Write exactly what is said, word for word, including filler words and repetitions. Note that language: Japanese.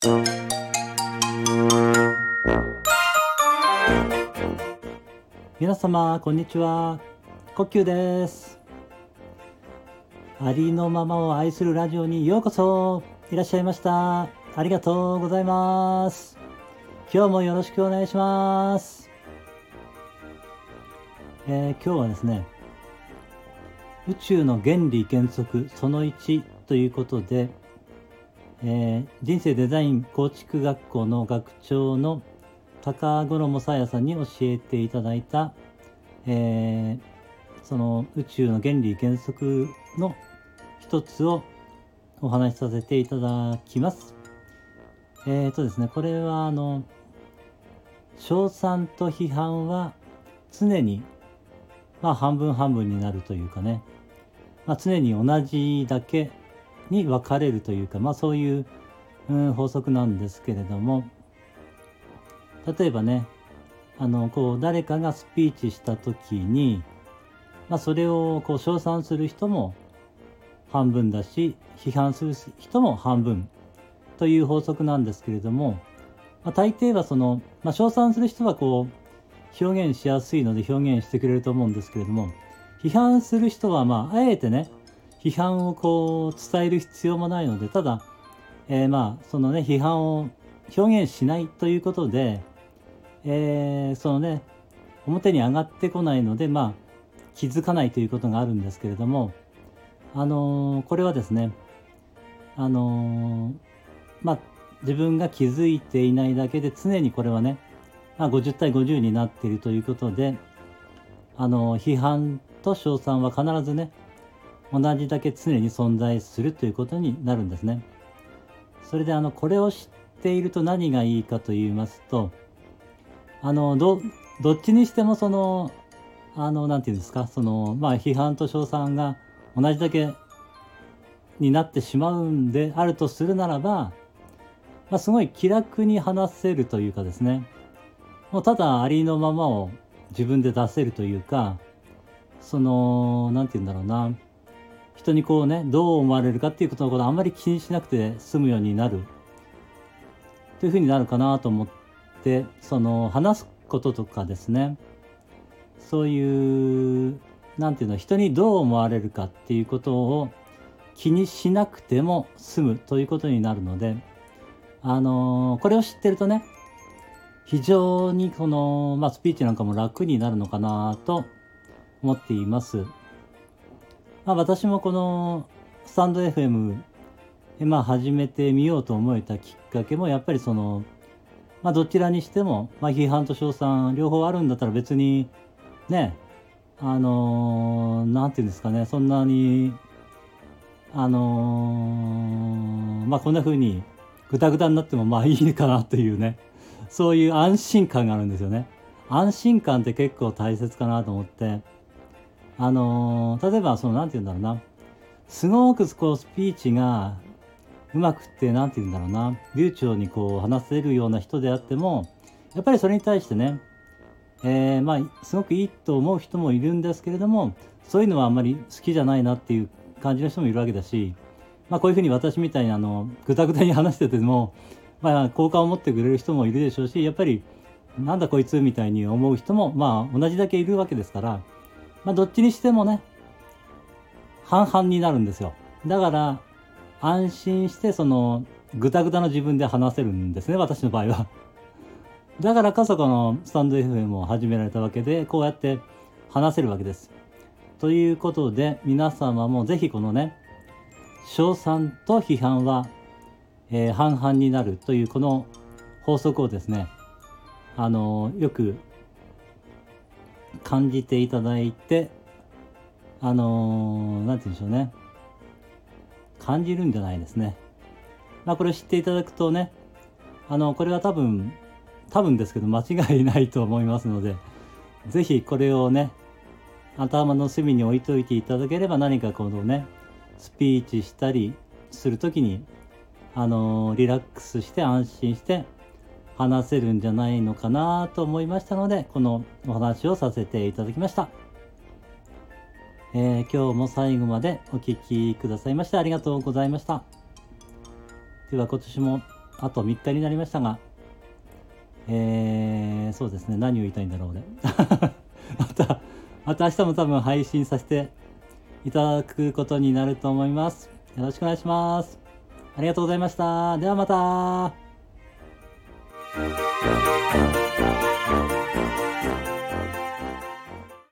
皆様こんにちは、呼吸です。ありのままを愛するラジオにようこそいらっしゃいました。ありがとうございます。今日もよろしくお願いします。えー、今日はですね、宇宙の原理原則そのいちということで、えー、人生デザイン構築学校の学長の高衣さやさんに教えていただいた、えー、その宇宙の原理原則の一つをお話しさせていただきます。えーとですね、これはあの称賛と批判は常にまあ半分半分になるというかね、まあ、常に同じだけに分かれるというか、まあそういう、うん、法則なんですけれども、例えばね、あのこう誰かがスピーチした時に、まあ、それをこう称賛する人も半分だし、批判する人も半分という法則なんですけれども、まあ、大抵はその、まあ、称賛する人はこう表現しやすいので表現してくれると思うんですけれども、批判する人はまああえてね、批判をこう伝える必要もないので、ただ、えー、まあそのね批判を表現しないということで、えー、そのね表に上がってこないので、まあ気づかないということがあるんですけれども、あのー、これはですね、あのー、まあ自分が気づいていないだけで常にこれはね、まあ、ごじゅう対ごじゅうになっているということで、あのー、批判と称賛は必ずね同じだけ常に存在するということになるんですね。それであのこれを知っていると何がいいかと言いますと、あの ど, どっちにしてもそのあのなんていうんですか、そのまあ批判と称賛が同じだけになってしまうんであるとするならば、まあ、すごい気楽に話せるというかですね、もうただありのままを自分で出せるというか、そのなんていうんだろうな、人にこうねどう思われるかっていうことのことをあんまり気にしなくて済むようになるというふうになるかなと思って、その話すこととかですね、そういうなんていうの、人にどう思われるかっていうことを気にしなくても済むということになるので、あのー、これを知ってるとね、非常にこの、まあ、スピーチなんかも楽になるのかなと思っています。まあ、私もこのスタンド エフエム、まあ、始めてみようと思えたきっかけもやっぱりその、まあ、どちらにしても、まあ、批判と称賛両方あるんだったら別にね、あのー、なんていうんですかね、そんなにあのー、まあこんな風にグダグダになってもまあいいかなというね、そういう安心感があるんですよね。安心感って結構大切かなと思って、あのー、例えばそのなんて言うんだろうな、すごくこうスピーチがうまくってなんて言うんだろうな、流暢にこう話せるような人であっても、やっぱりそれに対してね、えー、まあすごくいいと思う人もいるんですけれども、そういうのはあんまり好きじゃないなっていう感じの人もいるわけだし、まあこういうふうに私みたいにあのぐたぐたに話してても、まあ好感を持ってくれる人もいるでしょうし、やっぱりなんだこいつみたいに思う人もまあ同じだけいるわけですから、まあどっちにしてもね半々になるんですよ。だから安心してそのぐたぐたの自分で話せるんですね、私の場合は。だからこそこのスタンド エフエム を始められたわけで、こうやって話せるわけです。ということで皆様もぜひこのね、称賛と批判は、えー、半々になるというこの法則をですね、あのー、よく感じていただいて、あのー、なんて言うんでしょうね、感じるんじゃないですね。まあこれを知っていただくとね、あのこれは多分多分ですけど間違いないと思いますので、ぜひこれをね頭の隅に置いといていただければ、何かこのねスピーチしたりするときにあのリラックスして安心して話せるんじゃないのかなと思いましたので、このお話をさせていただきました。えー、今日も最後までお聞きくださいましてありがとうございました。では今年もあとみっかになりましたが、えー、そうですね、何を言いたいんだろう俺またまた明日も多分配信させていただくことになると思います。よろしくお願いします。ありがとうございました。ではまた。